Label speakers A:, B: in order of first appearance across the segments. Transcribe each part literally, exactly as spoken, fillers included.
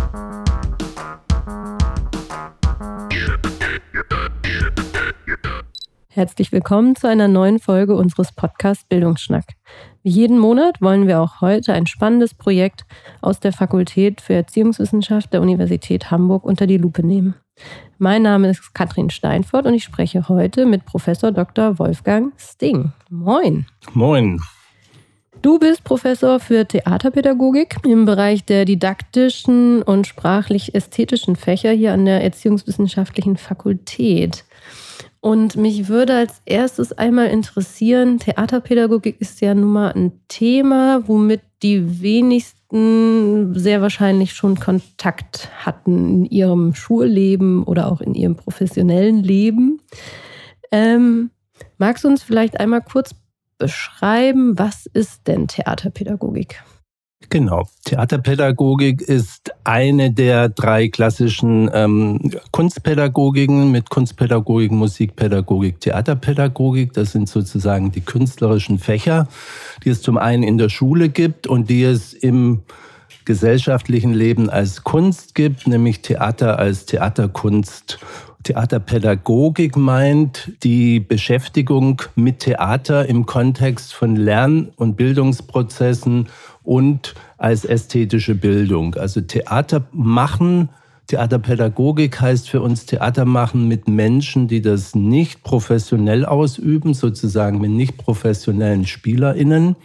A: Herzlich willkommen zu einer neuen Folge unseres Podcasts Bildungsschnack. Wie jeden Monat wollen wir auch heute ein spannendes Projekt aus der Fakultät für Erziehungswissenschaft der Universität Hamburg unter die Lupe nehmen. Mein Name ist Katrin Steinfort und ich spreche heute mit Professor Doktor Wolfgang Sting. Moin.
B: Moin.
A: Du bist Professor für Theaterpädagogik im Bereich der didaktischen und sprachlich-ästhetischen Fächer hier an der Erziehungswissenschaftlichen Fakultät. Und mich würde als erstes einmal interessieren, Theaterpädagogik ist ja nun mal ein Thema, womit die wenigsten sehr wahrscheinlich schon Kontakt hatten in ihrem Schulleben oder auch in ihrem professionellen Leben. Ähm, magst du uns vielleicht einmal kurz beschreiben, was ist denn Theaterpädagogik?
B: Genau. Theaterpädagogik ist eine der drei klassischen ähm, Kunstpädagogiken mit Kunstpädagogik, Musikpädagogik, Theaterpädagogik. Das sind sozusagen die künstlerischen Fächer, die es zum einen in der Schule gibt und die es im gesellschaftlichen Leben als Kunst gibt, nämlich Theater als Theaterkunst. Theaterpädagogik meint die Beschäftigung mit Theater im Kontext von Lern- und Bildungsprozessen und als ästhetische Bildung. Also Theater machen, Theaterpädagogik heißt für uns Theater machen mit Menschen, die das nicht professionell ausüben, sozusagen mit nicht professionellen SpielerInnen,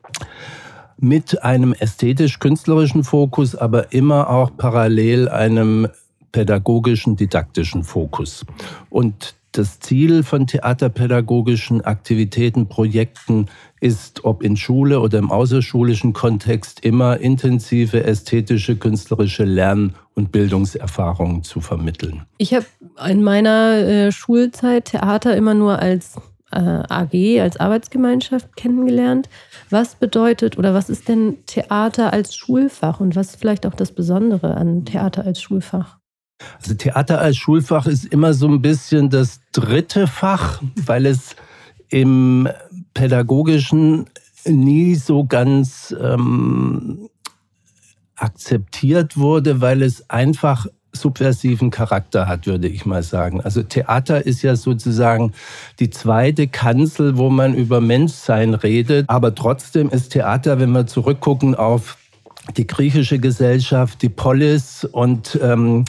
B: mit einem ästhetisch-künstlerischen Fokus, aber immer auch parallel einem pädagogischen, didaktischen Fokus. Und das Ziel von theaterpädagogischen Aktivitäten, Projekten ist, ob in Schule oder im außerschulischen Kontext, immer intensive ästhetische, künstlerische Lern- und Bildungserfahrungen zu vermitteln.
A: Ich habe in meiner äh, Schulzeit Theater immer nur als äh, A G, als Arbeitsgemeinschaft kennengelernt. Was bedeutet oder was ist denn Theater als Schulfach und was ist vielleicht auch das Besondere an Theater als Schulfach?
B: Also Theater als Schulfach ist immer so ein bisschen das dritte Fach, weil es im Pädagogischen nie so ganz ähm, akzeptiert wurde, weil es einfach subversiven Charakter hat, würde ich mal sagen. Also Theater ist ja sozusagen die zweite Kanzel, wo man über Menschsein redet, aber trotzdem ist Theater, wenn wir zurückgucken auf die griechische Gesellschaft, die Polis und ähm,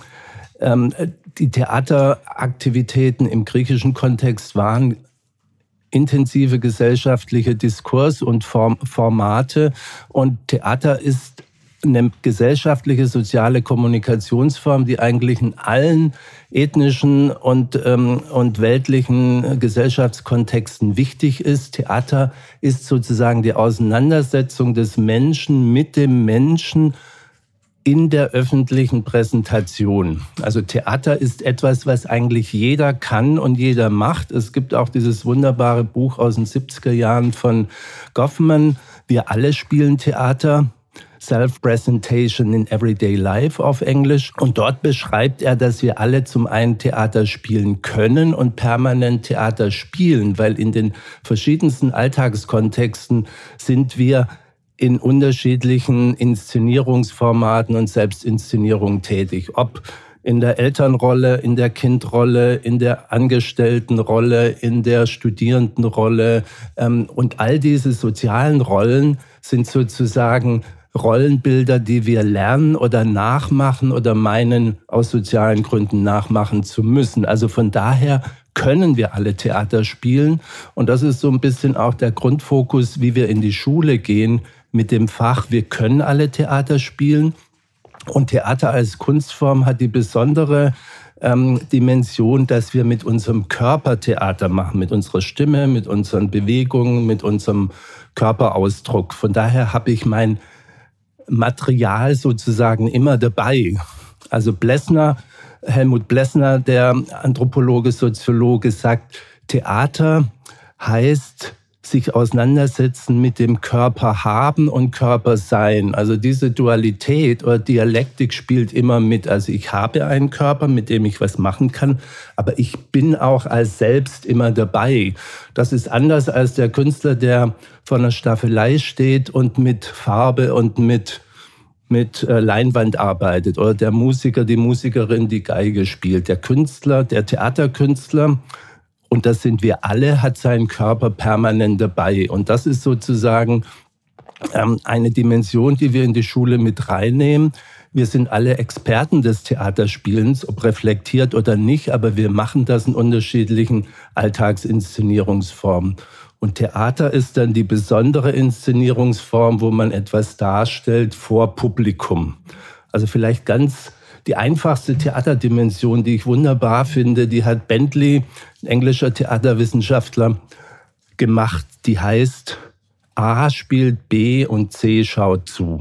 B: die Theateraktivitäten im griechischen Kontext waren intensive gesellschaftliche Diskurs- und Formate. Und Theater ist eine gesellschaftliche, soziale Kommunikationsform, die eigentlich in allen ethnischen und, ähm, und weltlichen Gesellschaftskontexten wichtig ist. Theater ist sozusagen die Auseinandersetzung des Menschen mit dem Menschen in der öffentlichen Präsentation. Also Theater ist etwas, was eigentlich jeder kann und jeder macht. Es gibt auch dieses wunderbare Buch aus den siebziger Jahren von Goffman, Wir alle spielen Theater, Self-Presentation in Everyday Life auf Englisch. Und dort beschreibt er, dass wir alle zum einen Theater spielen können und permanent Theater spielen, weil in den verschiedensten Alltagskontexten sind wir in unterschiedlichen Inszenierungsformaten und Selbstinszenierungen tätig. Ob in der Elternrolle, in der Kindrolle, in der Angestelltenrolle, in der Studierendenrolle. Und all diese sozialen Rollen sind sozusagen Rollenbilder, die wir lernen oder nachmachen oder meinen, aus sozialen Gründen nachmachen zu müssen. Also von daher können wir alle Theater spielen. Und das ist so ein bisschen auch der Grundfokus, wie wir in die Schule gehen, mit dem Fach, wir können alle Theater spielen. Und Theater als Kunstform hat die besondere ähm, Dimension, dass wir mit unserem Körper Theater machen, mit unserer Stimme, mit unseren Bewegungen, mit unserem Körperausdruck. Von daher habe ich mein Material sozusagen immer dabei. Also Blessner, Helmut Blessner, der Anthropologe, Soziologe, sagt, Theater heißt sich auseinandersetzen mit dem Körper haben und Körper sein. Also diese Dualität oder Dialektik spielt immer mit. Also ich habe einen Körper, mit dem ich was machen kann, aber ich bin auch als Selbst immer dabei. Das ist anders als der Künstler, der vor einer Staffelei steht und mit Farbe und mit mit Leinwand arbeitet oder der Musiker, die Musikerin, die Geige spielt. Der Künstler, der Theaterkünstler, und das sind wir alle, hat seinen Körper permanent dabei. Und das ist sozusagen ähm, eine Dimension, die wir in die Schule mit reinnehmen. Wir sind alle Experten des Theaterspielens, ob reflektiert oder nicht, aber wir machen das in unterschiedlichen Alltagsinszenierungsformen. Und Theater ist dann die besondere Inszenierungsform, wo man etwas darstellt vor Publikum. Also vielleicht ganz die einfachste Theaterdimension, die ich wunderbar finde, die hat Bentley, ein englischer Theaterwissenschaftler, gemacht. Die heißt, A spielt B und C schaut zu.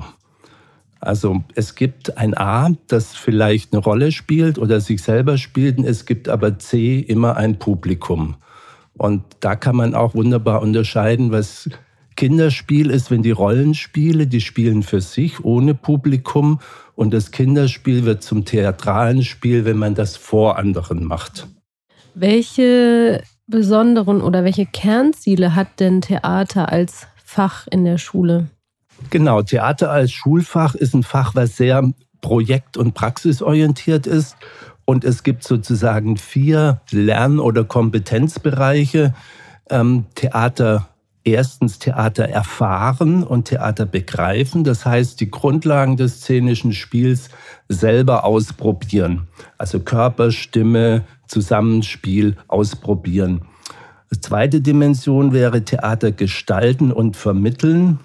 B: Also es gibt ein A, das vielleicht eine Rolle spielt oder sich selber spielt, und es gibt aber C immer ein Publikum. Und da kann man auch wunderbar unterscheiden, was Kinderspiel ist, wenn die Rollenspiele, die spielen für sich ohne Publikum, und das Kinderspiel wird zum theatralen Spiel, wenn man das vor anderen macht.
A: Welche besonderen oder welche Kernziele hat denn Theater als Fach in der Schule?
B: Genau, Theater als Schulfach ist ein Fach, was sehr projekt- und praxisorientiert ist. Und es gibt sozusagen vier Lern- oder Kompetenzbereiche. Ähm, Theater, erstens Theater erfahren und Theater begreifen. Das heißt, die Grundlagen des szenischen Spiels selber ausprobieren. Also Körper, Stimme, Zusammenspiel ausprobieren. Die zweite Dimension wäre Theater gestalten und vermitteln.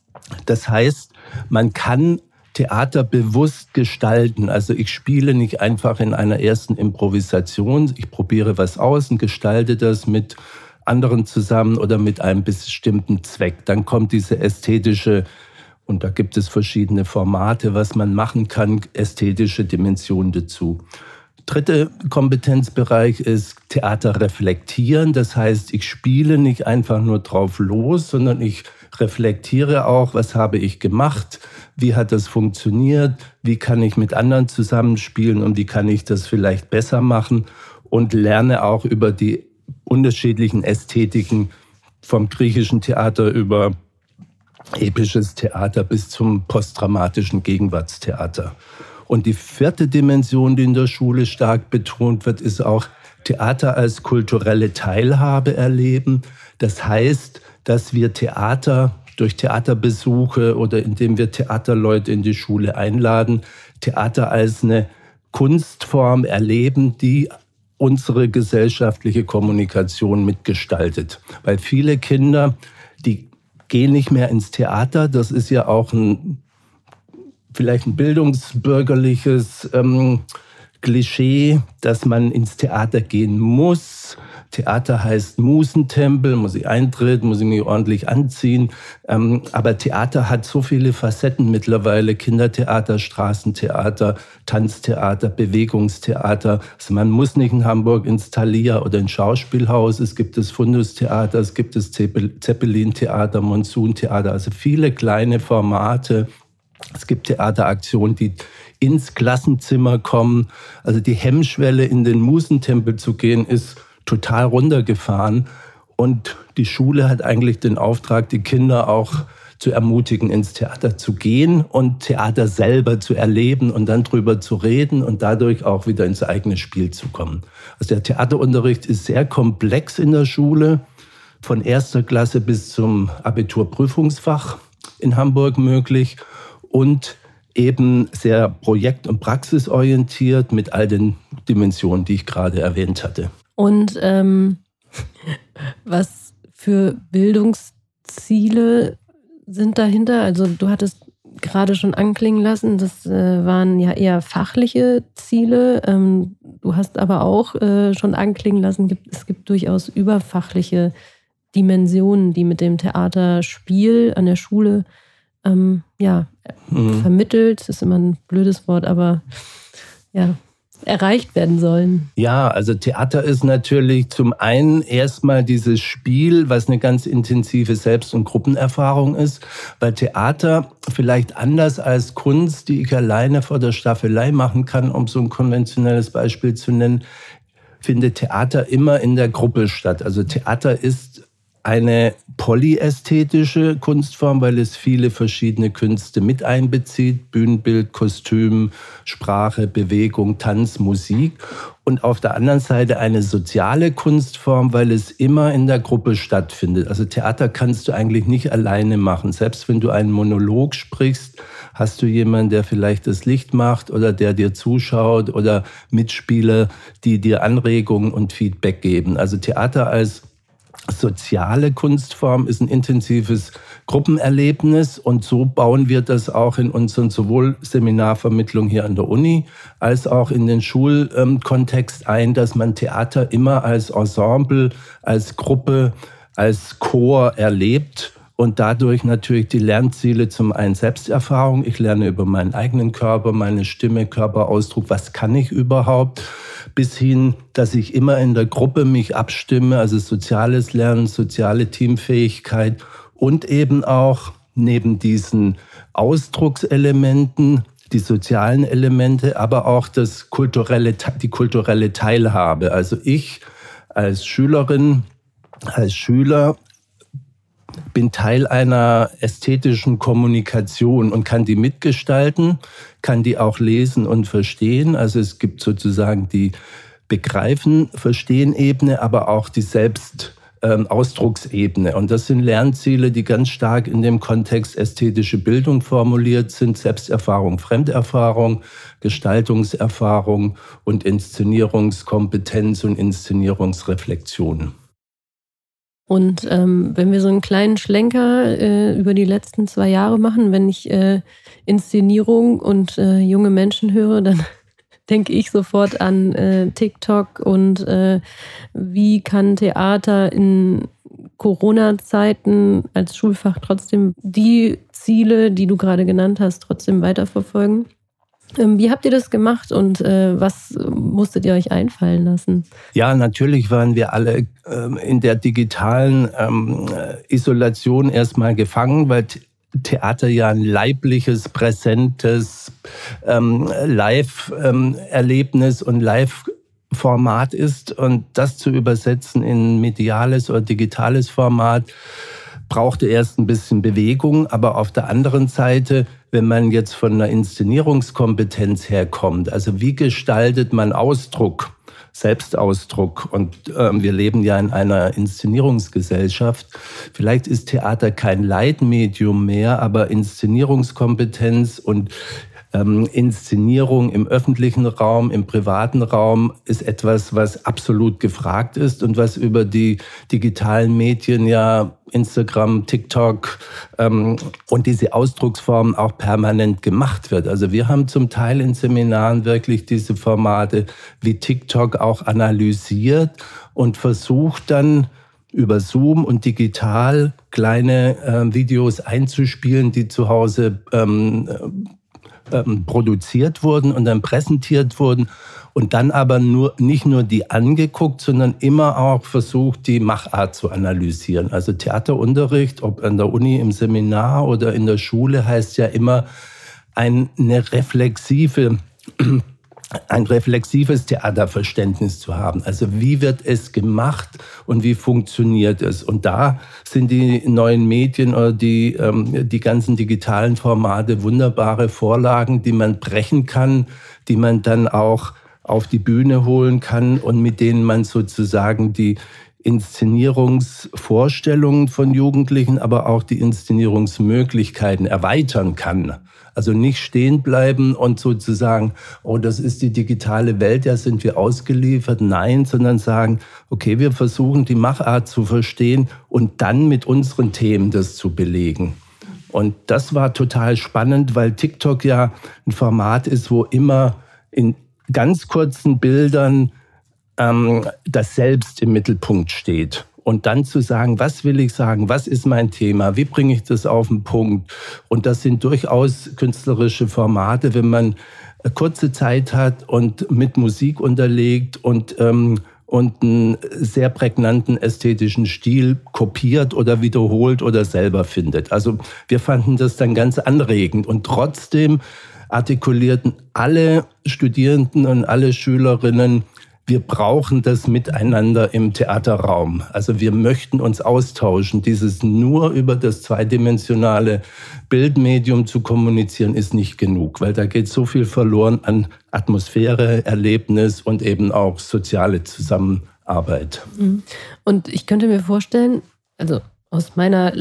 B: Das heißt, man kann Theater bewusst gestalten. Also ich spiele nicht einfach in einer ersten Improvisation. Ich probiere was aus und gestalte das mit anderen zusammen oder mit einem bestimmten Zweck. Dann kommt diese ästhetische, und da gibt es verschiedene Formate, was man machen kann, ästhetische Dimension dazu. Dritter Kompetenzbereich ist Theater reflektieren. Das heißt, ich spiele nicht einfach nur drauf los, sondern ich reflektiere auch, was habe ich gemacht, wie hat das funktioniert, wie kann ich mit anderen zusammenspielen und wie kann ich das vielleicht besser machen, und lerne auch über die unterschiedlichen Ästhetiken vom griechischen Theater über episches Theater bis zum postdramatischen Gegenwartstheater. Und die vierte Dimension, die in der Schule stark betont wird, ist auch Theater als kulturelle Teilhabe erleben. Das heißt, dass wir Theater durch Theaterbesuche oder indem wir Theaterleute in die Schule einladen, Theater als eine Kunstform erleben, die unsere gesellschaftliche Kommunikation mitgestaltet. Weil viele Kinder, die gehen nicht mehr ins Theater. Das ist ja auch ein, vielleicht ein bildungsbürgerliches ähm, Klischee, dass man ins Theater gehen muss. Theater heißt Musentempel, muss ich eintreten, muss ich mich ordentlich anziehen. Ähm, aber Theater hat so viele Facetten mittlerweile. Kindertheater, Straßentheater, Tanztheater, Bewegungstheater. Also man muss nicht in Hamburg ins Thalia oder ins Schauspielhaus. Es gibt das Fundustheater, es gibt das Zeppelin-Theater, Monsuntheater. Also viele kleine Formate. Es gibt Theateraktionen, die ins Klassenzimmer kommen. Also die Hemmschwelle, in den Musentempel zu gehen, ist total runtergefahren. Und die Schule hat eigentlich den Auftrag, die Kinder auch zu ermutigen, ins Theater zu gehen und Theater selber zu erleben und dann drüber zu reden und dadurch auch wieder ins eigene Spiel zu kommen. Also der Theaterunterricht ist sehr komplex in der Schule, von erster Klasse bis zum Abiturprüfungsfach in Hamburg möglich und eben sehr projekt- und praxisorientiert mit all den Dimensionen, die ich gerade erwähnt hatte.
A: Und ähm, was für Bildungsziele sind dahinter? Also du hattest gerade schon anklingen lassen, das äh, waren ja eher fachliche Ziele. Ähm, du hast aber auch äh, schon anklingen lassen, gibt, es gibt durchaus überfachliche Dimensionen, die mit dem Theaterspiel an der Schule ähm, ja, mhm. vermittelt, das ist immer ein blödes Wort, aber ja, erreicht werden sollen.
B: Ja, also Theater ist natürlich zum einen erstmal dieses Spiel, was eine ganz intensive Selbst- und Gruppenerfahrung ist, weil Theater vielleicht anders als Kunst, die ich alleine vor der Staffelei machen kann, um so ein konventionelles Beispiel zu nennen, findet Theater immer in der Gruppe statt. Also Theater ist eine polyästhetische Kunstform, weil es viele verschiedene Künste mit einbezieht. Bühnenbild, Kostüm, Sprache, Bewegung, Tanz, Musik. Und auf der anderen Seite eine soziale Kunstform, weil es immer in der Gruppe stattfindet. Also Theater kannst du eigentlich nicht alleine machen. Selbst wenn du einen Monolog sprichst, hast du jemanden, der vielleicht das Licht macht oder der dir zuschaut oder Mitspieler, die dir Anregungen und Feedback geben. Also Theater als soziale Kunstform ist ein intensives Gruppenerlebnis und so bauen wir das auch in unseren sowohl Seminarvermittlung hier an der Uni als auch in den Schulkontext ein, dass man Theater immer als Ensemble, als Gruppe, als Chor erlebt und dadurch natürlich die Lernziele zum einen Selbsterfahrung. Ich lerne über meinen eigenen Körper, meine Stimme, Körperausdruck, was kann ich überhaupt? Bis hin, dass ich immer in der Gruppe mich abstimme, also soziales Lernen, soziale Teamfähigkeit und eben auch neben diesen Ausdruckselementen, die sozialen Elemente, aber auch das kulturelle, die kulturelle Teilhabe. Also ich als Schülerin, als Schüler bin Teil einer ästhetischen Kommunikation und kann die mitgestalten, kann die auch lesen und verstehen. Also es gibt sozusagen die Begreifen, Verstehen-Ebene, aber auch die Selbstausdrucksebene. Und das sind Lernziele, die ganz stark in dem Kontext ästhetische Bildung formuliert sind. Selbsterfahrung, Fremderfahrung, Gestaltungserfahrung und Inszenierungskompetenz und Inszenierungsreflexion.
A: Und ähm, wenn wir so einen kleinen Schlenker äh, über die letzten zwei Jahre machen, wenn ich äh, Inszenierung und äh, junge Menschen höre, dann denke ich sofort an äh, TikTok und äh, wie kann Theater in Corona-Zeiten als Schulfach trotzdem die Ziele, die du gerade genannt hast, trotzdem weiterverfolgen. Ähm, wie habt ihr das gemacht und äh, was musstet ihr euch einfallen lassen?
B: Ja, natürlich waren wir alle ähm, in der digitalen ähm, Isolation erstmal gefangen, weil Theater ja ein leibliches, präsentes ähm, Live-Erlebnis und Live-Format ist. Und das zu übersetzen in mediales oder digitales Format brauchte erst ein bisschen Bewegung. Aber auf der anderen Seite, wenn man jetzt von einer Inszenierungskompetenz herkommt, also wie gestaltet man Ausdruck, Selbstausdruck? Und ähm, wir leben ja in einer Inszenierungsgesellschaft. Vielleicht ist Theater kein Leitmedium mehr, aber Inszenierungskompetenz und ähm, Inszenierung im öffentlichen Raum, im privaten Raum ist etwas, was absolut gefragt ist und was über die digitalen Medien ja Instagram, TikTok ähm, und diese Ausdrucksformen auch permanent gemacht wird. Also wir haben zum Teil in Seminaren wirklich diese Formate wie TikTok auch analysiert und versucht dann über Zoom und digital kleine äh, Videos einzuspielen, die zu Hause ähm, ähm, produziert wurden und dann präsentiert wurden. Und dann aber nur, nicht nur die angeguckt, sondern immer auch versucht, die Machart zu analysieren. Also Theaterunterricht, ob an der Uni, im Seminar oder in der Schule, heißt ja immer eine reflexive, ein reflexives Theaterverständnis zu haben. Also wie wird es gemacht und wie funktioniert es? Und da sind die neuen Medien oder die, ähm, die ganzen digitalen Formate wunderbare Vorlagen, die man brechen kann, die man dann auch auf die Bühne holen kann und mit denen man sozusagen die Inszenierungsvorstellungen von Jugendlichen, aber auch die Inszenierungsmöglichkeiten erweitern kann. Also nicht stehen bleiben und sozusagen, oh, das ist die digitale Welt, ja, sind wir ausgeliefert. Nein, sondern sagen, okay, wir versuchen die Machart zu verstehen und dann mit unseren Themen das zu belegen. Und das war total spannend, weil TikTok ja ein Format ist, wo immer in ganz kurzen Bildern ähm, das Selbst im Mittelpunkt steht. Und dann zu sagen, was will ich sagen, was ist mein Thema, wie bringe ich das auf den Punkt? Und das sind durchaus künstlerische Formate, wenn man kurze Zeit hat und mit Musik unterlegt und, ähm, und einen sehr prägnanten ästhetischen Stil kopiert oder wiederholt oder selber findet. Also wir fanden das dann ganz anregend und trotzdem artikulierten alle Studierenden und alle Schülerinnen wir brauchen das Miteinander im Theaterraum. Also wir möchten uns austauschen. Dieses nur über das zweidimensionale Bildmedium zu kommunizieren, ist nicht genug, weil da geht so viel verloren an Atmosphäre, Erlebnis und eben auch soziale Zusammenarbeit.
A: Und ich könnte mir vorstellen, also aus meiner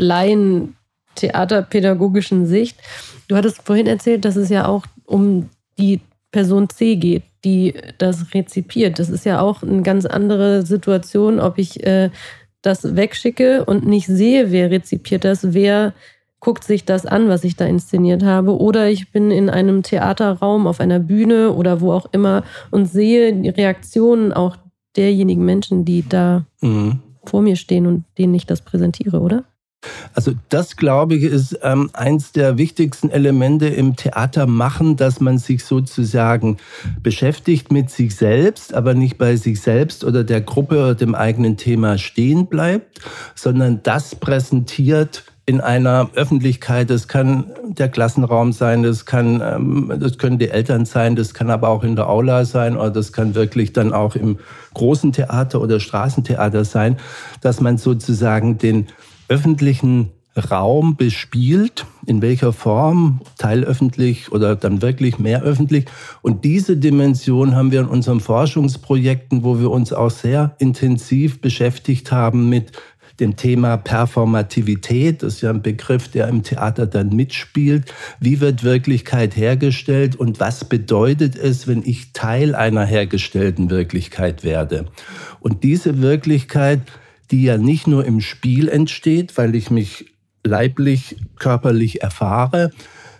A: Laien-theaterpädagogischen Sicht, du hattest vorhin erzählt, dass es ja auch um die Person C geht, die das rezipiert. Das ist ja auch eine ganz andere Situation, ob ich äh, das wegschicke und nicht sehe, wer rezipiert das, wer guckt sich das an, was ich da inszeniert habe. Oder ich bin in einem Theaterraum, auf einer Bühne oder wo auch immer und sehe die Reaktionen auch derjenigen Menschen, die da mhm. vor mir stehen und denen ich das präsentiere, oder?
B: Also das, glaube ich, ist ähm, eins der wichtigsten Elemente im Theatermachen, dass man sich sozusagen beschäftigt mit sich selbst, aber nicht bei sich selbst oder der Gruppe oder dem eigenen Thema stehen bleibt, sondern das präsentiert in einer Öffentlichkeit. Das kann der Klassenraum sein, das kann, ähm, das können die Eltern sein, das kann aber auch in der Aula sein oder das kann wirklich dann auch im großen Theater oder Straßentheater sein, dass man sozusagen den öffentlichen Raum bespielt, in welcher Form, teilöffentlich oder dann wirklich mehr öffentlich. Und diese Dimension haben wir in unseren Forschungsprojekten, wo wir uns auch sehr intensiv beschäftigt haben mit dem Thema Performativität. Das ist ja ein Begriff, der im Theater dann mitspielt. Wie wird Wirklichkeit hergestellt und was bedeutet es, wenn ich Teil einer hergestellten Wirklichkeit werde? Und diese Wirklichkeit, die ja nicht nur im Spiel entsteht, weil ich mich leiblich, körperlich erfahre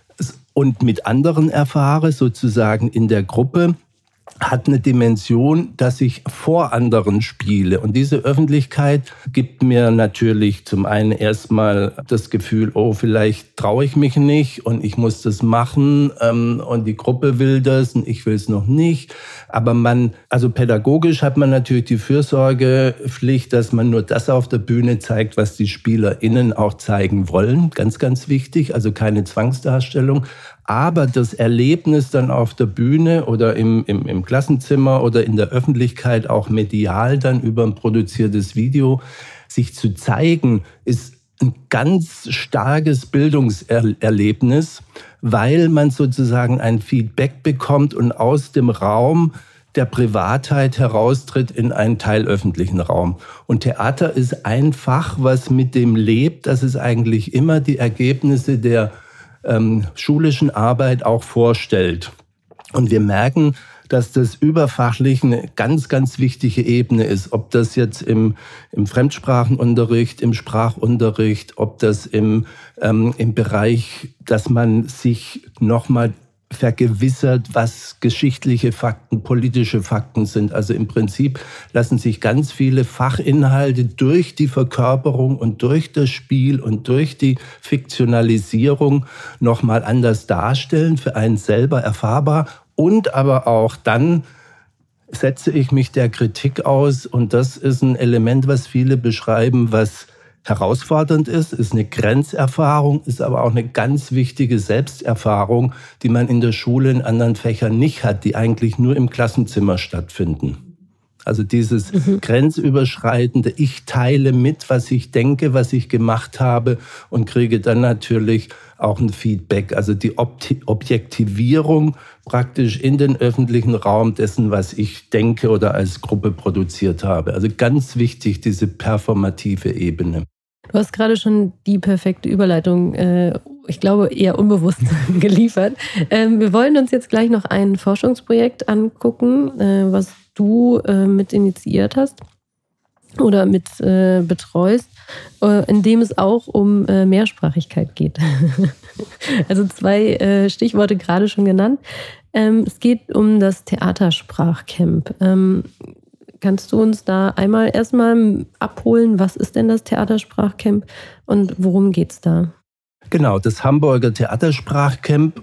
B: und mit anderen erfahre, sozusagen in der Gruppe, hat eine Dimension, dass ich vor anderen spiele. Und diese Öffentlichkeit gibt mir natürlich zum einen erstmal das Gefühl, oh, vielleicht traue ich mich nicht und ich muss das machen ähm, und die Gruppe will das und ich will es noch nicht. Aber man, also pädagogisch hat man natürlich die Fürsorgepflicht, dass man nur das auf der Bühne zeigt, was die SpielerInnen auch zeigen wollen. Ganz, ganz wichtig, also keine Zwangsdarstellung. Aber das Erlebnis dann auf der Bühne oder im, im, im Klassenzimmer oder in der Öffentlichkeit, auch medial dann über ein produziertes Video, sich zu zeigen, ist ein ganz starkes Bildungserlebnis, weil man sozusagen ein Feedback bekommt und aus dem Raum der Privatheit heraustritt in einen teilöffentlichen Raum. Und Theater ist ein Fach, was mit dem lebt, dass es eigentlich immer die Ergebnisse der ähm, schulischen Arbeit auch vorstellt. Und wir merken, dass das überfachlich eine ganz, ganz wichtige Ebene ist. Ob das jetzt im, im Fremdsprachenunterricht, im Sprachunterricht, ob das im, ähm, im Bereich, dass man sich nochmal vergewissert, was geschichtliche Fakten, politische Fakten sind. Also im Prinzip lassen sich ganz viele Fachinhalte durch die Verkörperung und durch das Spiel und durch die Fiktionalisierung nochmal anders darstellen, für einen selber erfahrbar. Und aber auch dann setze ich mich der Kritik aus. Und das ist ein Element, was viele beschreiben, was herausfordernd ist, ist eine Grenzerfahrung, ist aber auch eine ganz wichtige Selbsterfahrung, die man in der Schule in anderen Fächern nicht hat, die eigentlich nur im Klassenzimmer stattfinden. Also dieses mhm. grenzüberschreitende, ich teile mit, was ich denke, was ich gemacht habe und kriege dann natürlich auch ein Feedback. Also die Objektivierung praktisch in den öffentlichen Raum dessen, was ich denke oder als Gruppe produziert habe. Also ganz wichtig, diese performative Ebene.
A: Du hast gerade schon die perfekte Überleitung, äh, ich glaube, eher unbewusst geliefert. Ähm, wir wollen uns jetzt gleich noch ein Forschungsprojekt angucken, äh, was du äh, mit initiiert hast oder mit äh, betreust, äh, in dem es auch um äh, Mehrsprachigkeit geht. Also zwei äh, Stichworte gerade schon genannt. Ähm, es geht um das Theatersprachcamp. Ähm, Kannst du uns da einmal erstmal abholen, was ist denn das Theatersprachcamp und worum geht es da?
B: Genau, das Hamburger Theatersprachcamp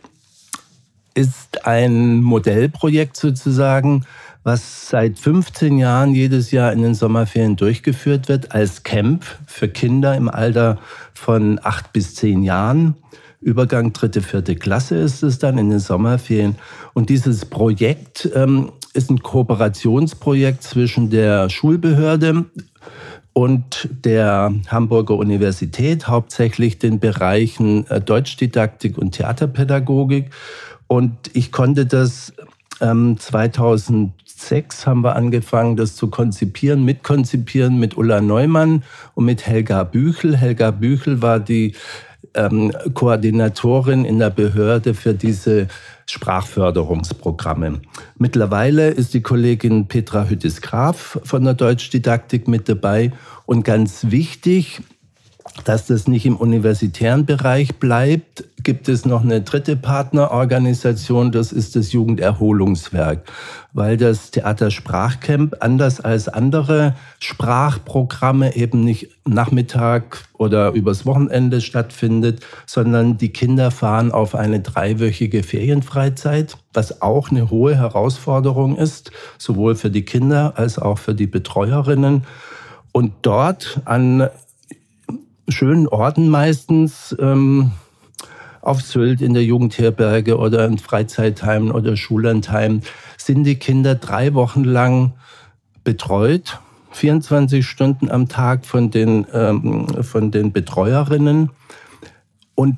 B: ist ein Modellprojekt sozusagen, was seit fünfzehn Jahren jedes Jahr in den Sommerferien durchgeführt wird als Camp für Kinder im Alter von acht bis zehn Jahren. Übergang dritte, vierte Klasse ist es dann in den Sommerferien. Und dieses Projekt ähm, ist ein Kooperationsprojekt zwischen der Schulbehörde und der Hamburger Universität, hauptsächlich den Bereichen Deutschdidaktik und Theaterpädagogik. Und ich konnte das ähm, zweitausendsechs haben wir angefangen, das zu konzipieren, mitkonzipieren mit Ulla Neumann und mit Helga Büchel. Helga Büchel war die ähm, Koordinatorin in der Behörde für diese Sprachförderungsprogramme. Mittlerweile ist die Kollegin Petra Hüttes-Graf von der Deutschdidaktik mit dabei. Und ganz wichtig, dass das nicht im universitären Bereich bleibt, gibt es noch eine dritte Partnerorganisation, das ist das Jugenderholungswerk. Weil das Theatersprachcamp anders als andere Sprachprogramme eben nicht Nachmittag oder übers Wochenende stattfindet, sondern die Kinder fahren auf eine dreiwöchige Ferienfreizeit, was auch eine hohe Herausforderung ist, sowohl für die Kinder als auch für die Betreuerinnen. Und dort an schönen Orten meistens, ähm, auf Sylt in der Jugendherberge oder in Freizeitheimen oder Schullandheimen, sind die Kinder drei Wochen lang betreut, vierundzwanzig Stunden am Tag von den, ähm, von den Betreuerinnen und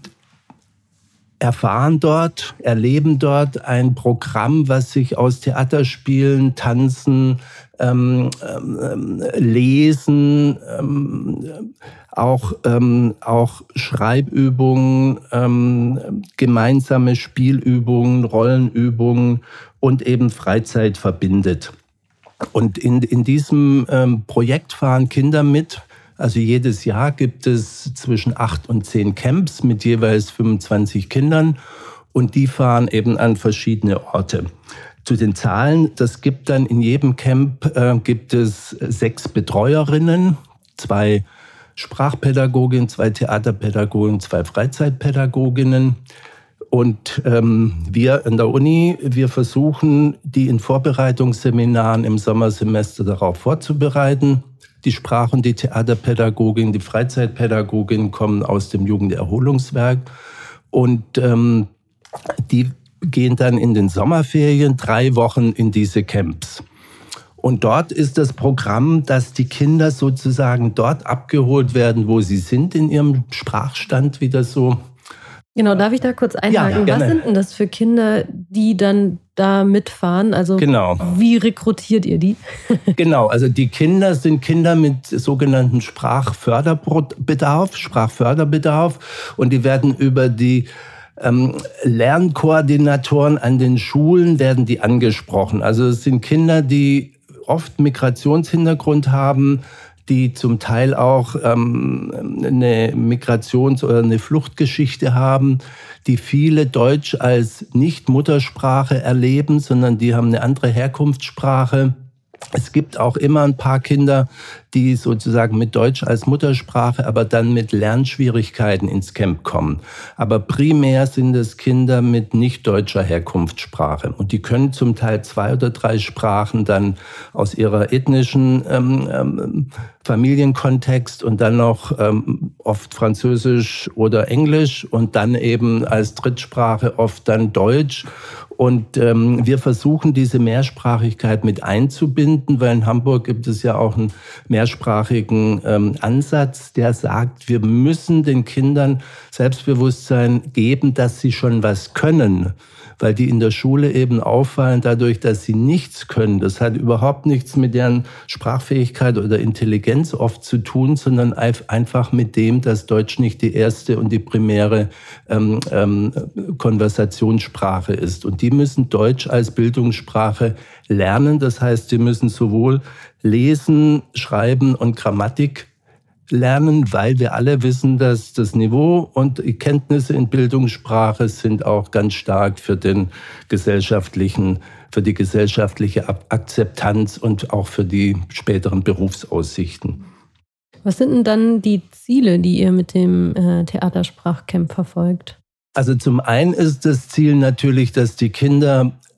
B: erfahren dort, erleben dort ein Programm, was sich aus Theaterspielen, Tanzen, ähm, ähm, Lesen, ähm, auch, ähm, auch Schreibübungen, ähm, gemeinsame Spielübungen, Rollenübungen und eben Freizeit verbindet. Und in, in diesem ähm, Projekt fahren Kinder mit. Also jedes Jahr gibt es zwischen acht und zehn Camps mit jeweils fünfundzwanzig Kindern und die fahren eben an verschiedene Orte. Zu den Zahlen, das gibt dann in jedem Camp äh, gibt es sechs Betreuerinnen, zwei Sprachpädagoginnen, zwei Theaterpädagogen, zwei Freizeitpädagoginnen. Und ähm, wir an der Uni, wir versuchen, die in Vorbereitungsseminaren im Sommersemester darauf vorzubereiten. Die Sprach- und die Theaterpädagogin, die Freizeitpädagogin kommen aus dem Jugenderholungswerk und ähm, die gehen dann in den Sommerferien drei Wochen in diese Camps. Und dort ist das Programm, dass die Kinder sozusagen dort abgeholt werden, wo sie sind in ihrem Sprachstand, wieder so.
A: Genau, darf ich da kurz einhaken?
B: Ja,
A: was sind denn das für Kinder, die dann da mitfahren? Also
B: genau.
A: Wie rekrutiert ihr die?
B: Genau, also die Kinder sind Kinder mit sogenannten Sprachförderbedarf, Sprachförderbedarf und die werden über die ähm, Lernkoordinatoren an den Schulen werden die angesprochen. Also es sind Kinder, die oft Migrationshintergrund haben, die zum Teil auch ähm, eine Migrations- oder eine Fluchtgeschichte haben, die viele Deutsch als Nicht-Muttersprache erleben, sondern die haben eine andere Herkunftssprache. Es gibt auch immer ein paar Kinder, die sozusagen mit Deutsch als Muttersprache, aber dann mit Lernschwierigkeiten ins Camp kommen. Aber primär sind es Kinder mit nicht deutscher Herkunftssprache. Und die können zum Teil zwei oder drei Sprachen dann aus ihrer ethnischen ähm, ähm, Familienkontext und dann noch ähm, oft Französisch oder Englisch und dann eben als Drittsprache oft dann Deutsch. Und ähm, wir versuchen, diese Mehrsprachigkeit mit einzubinden, weil in Hamburg gibt es ja auch einen mehrsprachigen ähm, Ansatz, der sagt, wir müssen den Kindern Selbstbewusstsein geben, dass sie schon was können. Weil die in der Schule eben auffallen dadurch, dass sie nichts können. Das hat überhaupt nichts mit deren Sprachfähigkeit oder Intelligenz oft zu tun, sondern einfach mit dem, dass Deutsch nicht die erste und die primäre ähm, ähm, Konversationssprache ist. Und die müssen Deutsch als Bildungssprache lernen. Das heißt, sie müssen sowohl lesen, schreiben und Grammatik lernen, weil wir alle wissen, dass das Niveau und die Kenntnisse in Bildungssprache sind auch ganz stark für den gesellschaftlichen, für die gesellschaftliche Akzeptanz und auch für die späteren Berufsaussichten.
A: Was sind denn dann die Ziele, die ihr mit dem äh, Theatersprachcamp verfolgt?
B: Also zum einen ist das Ziel natürlich, dass die Kinder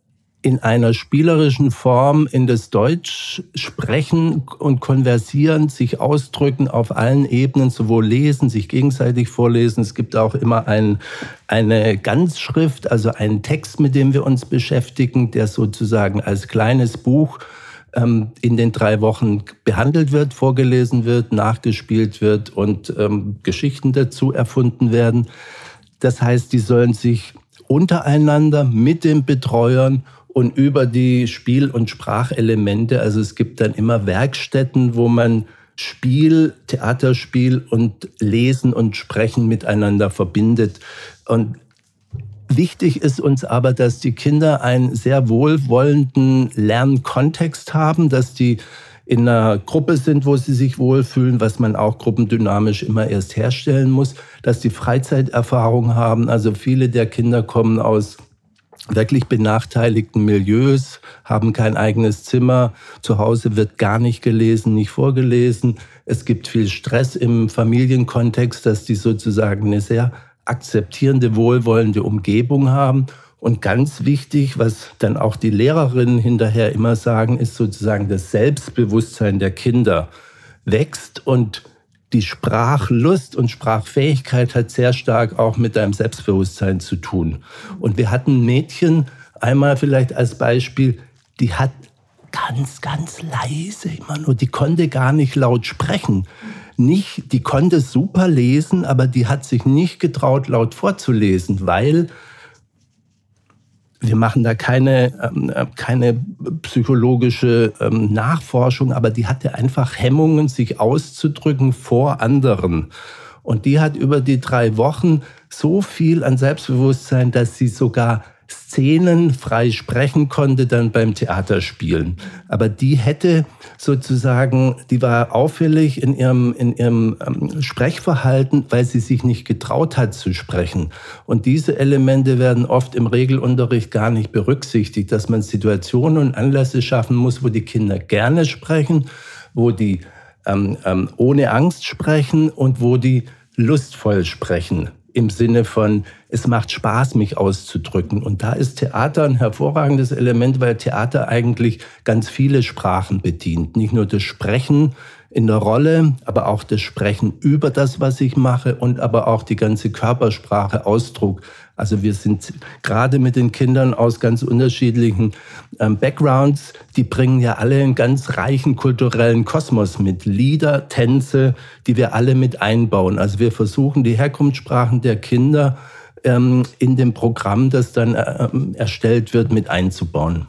B: in einer spielerischen Form in das Deutsch sprechen und konversieren, sich ausdrücken auf allen Ebenen, sowohl lesen, sich gegenseitig vorlesen. Es gibt auch immer ein, eine Ganzschrift, also einen Text, mit dem wir uns beschäftigen, der sozusagen als kleines Buch ähm, in den drei Wochen behandelt wird, vorgelesen wird, nachgespielt wird und ähm, Geschichten dazu erfunden werden. Das heißt, die sollen sich untereinander mit den Betreuern und über die Spiel- und Sprachelemente, also es gibt dann immer Werkstätten, wo man Spiel, Theaterspiel und Lesen und Sprechen miteinander verbindet. Und wichtig ist uns aber, dass die Kinder einen sehr wohlwollenden Lernkontext haben, dass die in einer Gruppe sind, wo sie sich wohlfühlen, was man auch gruppendynamisch immer erst herstellen muss, dass die Freizeiterfahrung haben. Also viele der Kinder kommen aus wirklich benachteiligten Milieus, haben kein eigenes Zimmer, zu Hause wird gar nicht gelesen, nicht vorgelesen. Es gibt viel Stress im Familienkontext, dass die sozusagen eine sehr akzeptierende, wohlwollende Umgebung haben. Und ganz wichtig, was dann auch die Lehrerinnen hinterher immer sagen, ist sozusagen das Selbstbewusstsein der Kinder wächst und die Sprachlust und Sprachfähigkeit hat sehr stark auch mit deinem Selbstbewusstsein zu tun. Und wir hatten ein Mädchen, einmal vielleicht als Beispiel, die hat ganz, ganz leise immer nur, die konnte gar nicht laut sprechen. Nicht, die konnte super lesen, aber die hat sich nicht getraut, laut vorzulesen, weil wir machen da keine, äh, keine psychologische ähm, Nachforschung, aber die hatte einfach Hemmungen, sich auszudrücken vor anderen. Und die hat über die drei Wochen so viel an Selbstbewusstsein, dass sie sogar Szenen frei sprechen konnte dann beim Theaterspielen. Aber die hätte sozusagen, die war auffällig in ihrem, in ihrem ähm, Sprechverhalten, weil sie sich nicht getraut hat zu sprechen. Und diese Elemente werden oft im Regelunterricht gar nicht berücksichtigt, dass man Situationen und Anlässe schaffen muss, wo die Kinder gerne sprechen, wo die ähm, ähm, ohne Angst sprechen und wo die lustvoll sprechen. Im Sinne von, es macht Spaß, mich auszudrücken. Und da ist Theater ein hervorragendes Element, weil Theater eigentlich ganz viele Sprachen bedient. Nicht nur das Sprechen in der Rolle, aber auch das Sprechen über das, was ich mache und aber auch die ganze Körpersprache, Ausdruck. Also wir sind gerade mit den Kindern aus ganz unterschiedlichen ähm, Backgrounds, die bringen ja alle einen ganz reichen kulturellen Kosmos mit. Lieder, Tänze, die wir alle mit einbauen. Also wir versuchen, die Herkunftssprachen der Kinder ähm, in dem Programm, das dann äh, erstellt wird, mit einzubauen.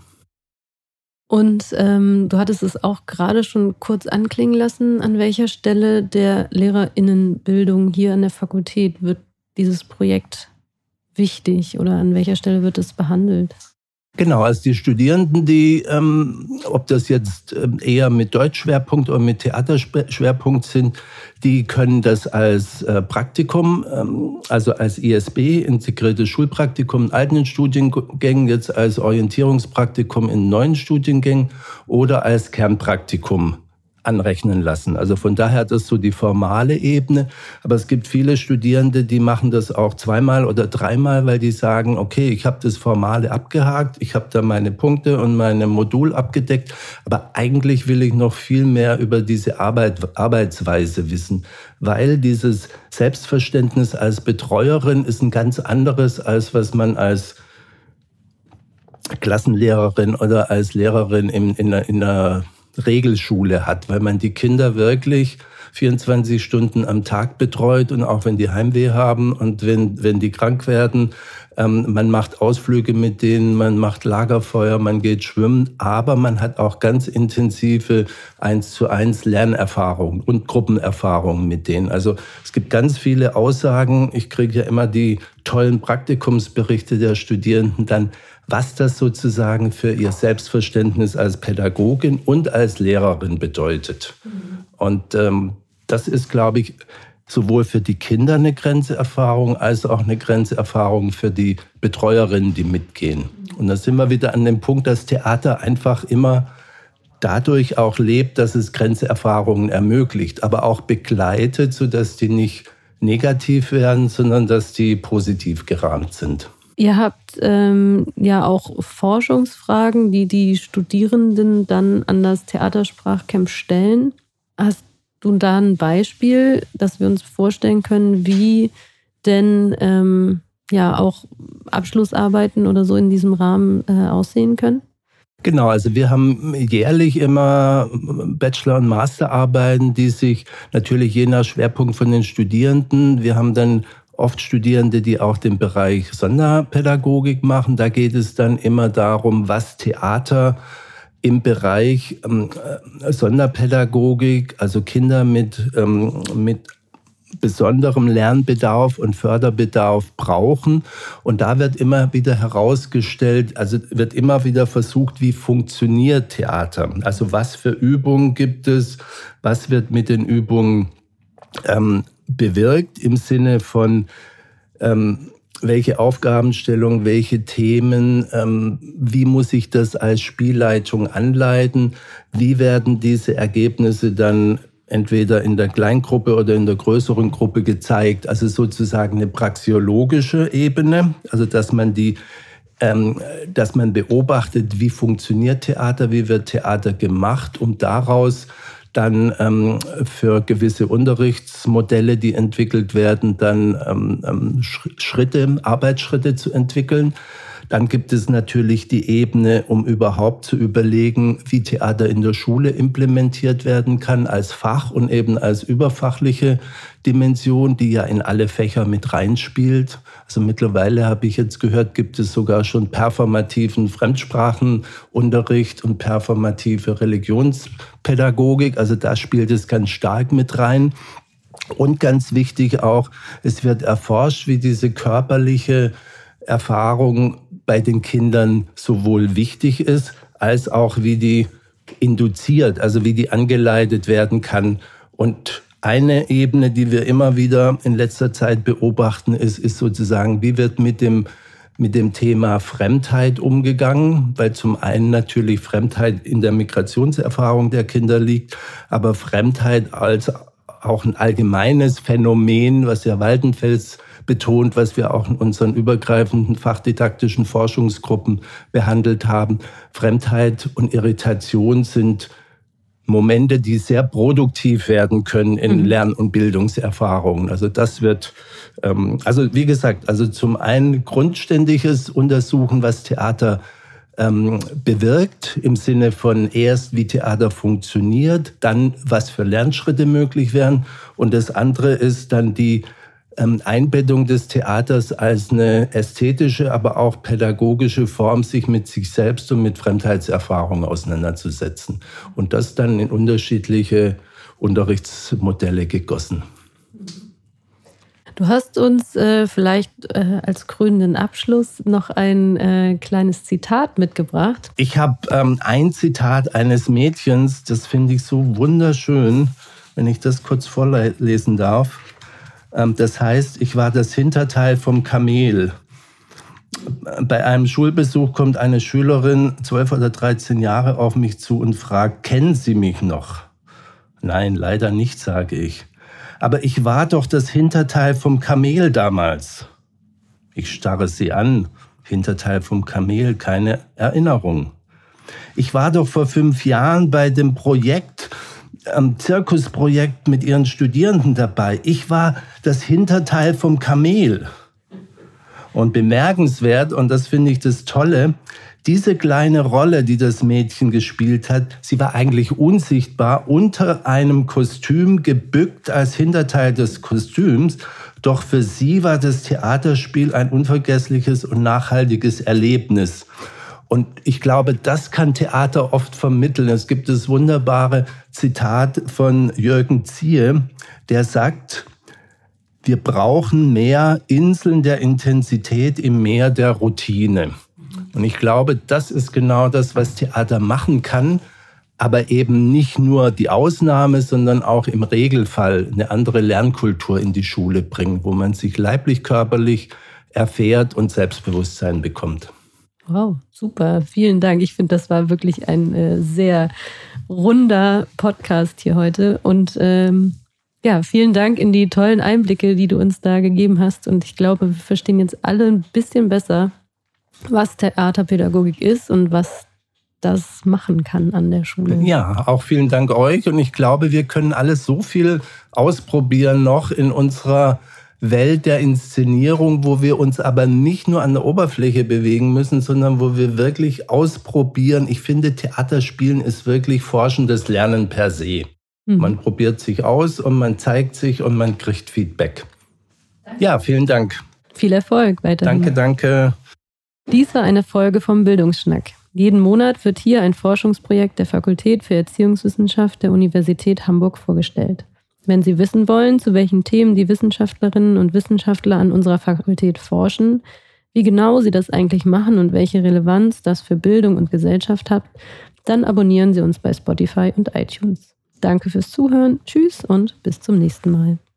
A: Und ähm, du hattest es auch gerade schon kurz anklingen lassen, an welcher Stelle der LehrerInnenbildung hier an der Fakultät wird dieses Projekt wichtig oder an welcher Stelle wird es behandelt?
B: Genau, also die Studierenden, die, ähm, ob das jetzt ähm, eher mit Deutschschwerpunkt oder mit Theaterschwerpunkt sind, die können das als äh, Praktikum, ähm, also als I S B, integriertes Schulpraktikum in alten Studiengängen, jetzt als Orientierungspraktikum in neuen Studiengängen oder als Kernpraktikum anrechnen lassen. Also von daher hat das so die formale Ebene. Aber es gibt viele Studierende, die machen das auch zweimal oder dreimal, weil die sagen, okay, ich habe das Formale abgehakt, ich habe da meine Punkte und meine Modul abgedeckt, aber eigentlich will ich noch viel mehr über diese Arbeit, Arbeitsweise wissen, weil dieses Selbstverständnis als Betreuerin ist ein ganz anderes, als was man als Klassenlehrerin oder als Lehrerin in, in, in einer Regelschule hat, weil man die Kinder wirklich vierundzwanzig Stunden am Tag betreut und auch wenn die Heimweh haben und wenn, wenn die krank werden, ähm, man macht Ausflüge mit denen, man macht Lagerfeuer, man geht schwimmen, aber man hat auch ganz intensive eins zu eins Lernerfahrungen und Gruppenerfahrungen mit denen. Also es gibt ganz viele Aussagen, ich kriege ja immer die tollen Praktikumsberichte der Studierenden dann, was das sozusagen für ihr Selbstverständnis als Pädagogin und als Lehrerin bedeutet. Mhm. Und ähm, das ist, glaube ich, sowohl für die Kinder eine Grenzerfahrung als auch eine Grenzerfahrung für die Betreuerinnen, die mitgehen. Mhm. Und da sind wir wieder an dem Punkt, dass Theater einfach immer dadurch auch lebt, dass es Grenzerfahrungen ermöglicht, aber auch begleitet, sodass die nicht negativ werden, sondern dass die positiv gerahmt sind.
A: Ihr habt ähm, ja auch Forschungsfragen, die die Studierenden dann an das Theatersprachcamp stellen. Hast du da ein Beispiel, dass wir uns vorstellen können, wie denn ähm, ja auch Abschlussarbeiten oder so in diesem Rahmen äh, aussehen können?
B: Genau, also wir haben jährlich immer Bachelor- und Masterarbeiten, die sich natürlich je nach Schwerpunkt von den Studierenden, wir haben dann oft Studierende, die auch den Bereich Sonderpädagogik machen. Da geht es dann immer darum, was Theater im Bereich ähm, Sonderpädagogik, also Kinder mit, ähm, mit besonderem Lernbedarf und Förderbedarf brauchen. Und da wird immer wieder herausgestellt, also wird immer wieder versucht, wie funktioniert Theater? Also was für Übungen gibt es? Was wird mit den Übungen ähm, bewirkt im Sinne von ähm, welche Aufgabenstellung, welche Themen, ähm, wie muss ich das als Spielleitung anleiten? Wie werden diese Ergebnisse dann entweder in der Kleingruppe oder in der größeren Gruppe gezeigt? Also sozusagen eine praxiologische Ebene, also dass man die, ähm, dass man beobachtet, wie funktioniert Theater, wie wird Theater gemacht, um daraus dann ähm, für gewisse Unterrichtsmodelle, die entwickelt werden, dann ähm, Schritte, Arbeitsschritte zu entwickeln. Dann gibt es natürlich die Ebene, um überhaupt zu überlegen, wie Theater in der Schule implementiert werden kann als Fach und eben als überfachliche Dimension, die ja in alle Fächer mit reinspielt. Also mittlerweile habe ich jetzt gehört, gibt es sogar schon performativen Fremdsprachenunterricht und performative Religionspädagogik. Also da spielt es ganz stark mit rein. Und ganz wichtig auch, es wird erforscht, wie diese körperliche Erfahrung bei den Kindern sowohl wichtig ist, als auch wie die induziert, also wie die angeleitet werden kann. Und eine Ebene, die wir immer wieder in letzter Zeit beobachten, ist, ist sozusagen, wie wird mit dem, mit dem Thema Fremdheit umgegangen, weil zum einen natürlich Fremdheit in der Migrationserfahrung der Kinder liegt, aber Fremdheit als auch ein allgemeines Phänomen, was ja Waldenfels betont, was wir auch in unseren übergreifenden fachdidaktischen Forschungsgruppen behandelt haben. Fremdheit und Irritation sind Momente, die sehr produktiv werden können in Lern- und Bildungserfahrungen. Also das wird, ähm, also wie gesagt, also zum einen grundständiges Untersuchen, was Theater ähm, bewirkt, im Sinne von erst, wie Theater funktioniert, dann, was für Lernschritte möglich wären. Und das andere ist dann die Einbettung des Theaters als eine ästhetische, aber auch pädagogische Form, sich mit sich selbst und mit Fremdheitserfahrung auseinanderzusetzen. Und das dann in unterschiedliche Unterrichtsmodelle gegossen.
A: Du hast uns äh, vielleicht äh, als krönenden Abschluss noch ein äh, kleines Zitat mitgebracht.
B: Ich habe ähm, ein Zitat eines Mädchens, das finde ich so wunderschön, wenn ich das kurz vorlesen darf. Das heißt, ich war das Hinterteil vom Kamel. Bei einem Schulbesuch kommt eine Schülerin, zwölf oder dreizehn Jahre, auf mich zu und fragt, kennen Sie mich noch? Nein, leider nicht, sage ich. Aber ich war doch das Hinterteil vom Kamel damals. Ich starre sie an. Hinterteil vom Kamel, keine Erinnerung. Ich war doch vor fünf Jahren bei dem Projekt, am Zirkusprojekt mit ihren Studierenden dabei. Ich war das Hinterteil vom Kamel. Und bemerkenswert, und das finde ich das Tolle, diese kleine Rolle, die das Mädchen gespielt hat, sie war eigentlich unsichtbar unter einem Kostüm gebückt als Hinterteil des Kostüms. Doch für sie war das Theaterspiel ein unvergessliches und nachhaltiges Erlebnis. Und ich glaube, das kann Theater oft vermitteln. Es gibt das wunderbare Zitat von Jürgen Ziehe, der sagt, wir brauchen mehr Inseln der Intensität im Meer der Routine. Und ich glaube, das ist genau das, was Theater machen kann, aber eben nicht nur die Ausnahme, sondern auch im Regelfall eine andere Lernkultur in die Schule bringen, wo man sich leiblich, körperlich erfährt und Selbstbewusstsein bekommt.
A: Wow, super. Vielen Dank. Ich finde, das war wirklich ein äh, sehr runder Podcast hier heute. Und ähm, Ja, vielen Dank in die tollen Einblicke, die du uns da gegeben hast. Und ich glaube, wir verstehen jetzt alle ein bisschen besser, was Theaterpädagogik ist und was das machen kann an der Schule.
B: Ja, auch vielen Dank euch. Und ich glaube, wir können alles so viel ausprobieren noch in unserer Welt der Inszenierung, wo wir uns aber nicht nur an der Oberfläche bewegen müssen, sondern wo wir wirklich ausprobieren. Ich finde, Theaterspielen ist wirklich forschendes Lernen per se. Mhm. Man probiert sich aus und man zeigt sich und man kriegt Feedback. Ja, vielen Dank.
A: Viel Erfolg weiterhin.
B: Danke, danke.
A: Dies war eine Folge vom Bildungsschnack. Jeden Monat wird hier ein Forschungsprojekt der Fakultät für Erziehungswissenschaft der Universität Hamburg vorgestellt. Wenn Sie wissen wollen, zu welchen Themen die Wissenschaftlerinnen und Wissenschaftler an unserer Fakultät forschen, wie genau sie das eigentlich machen und welche Relevanz das für Bildung und Gesellschaft hat, dann abonnieren Sie uns bei Spotify und iTunes. Danke fürs Zuhören, tschüss und bis zum nächsten Mal.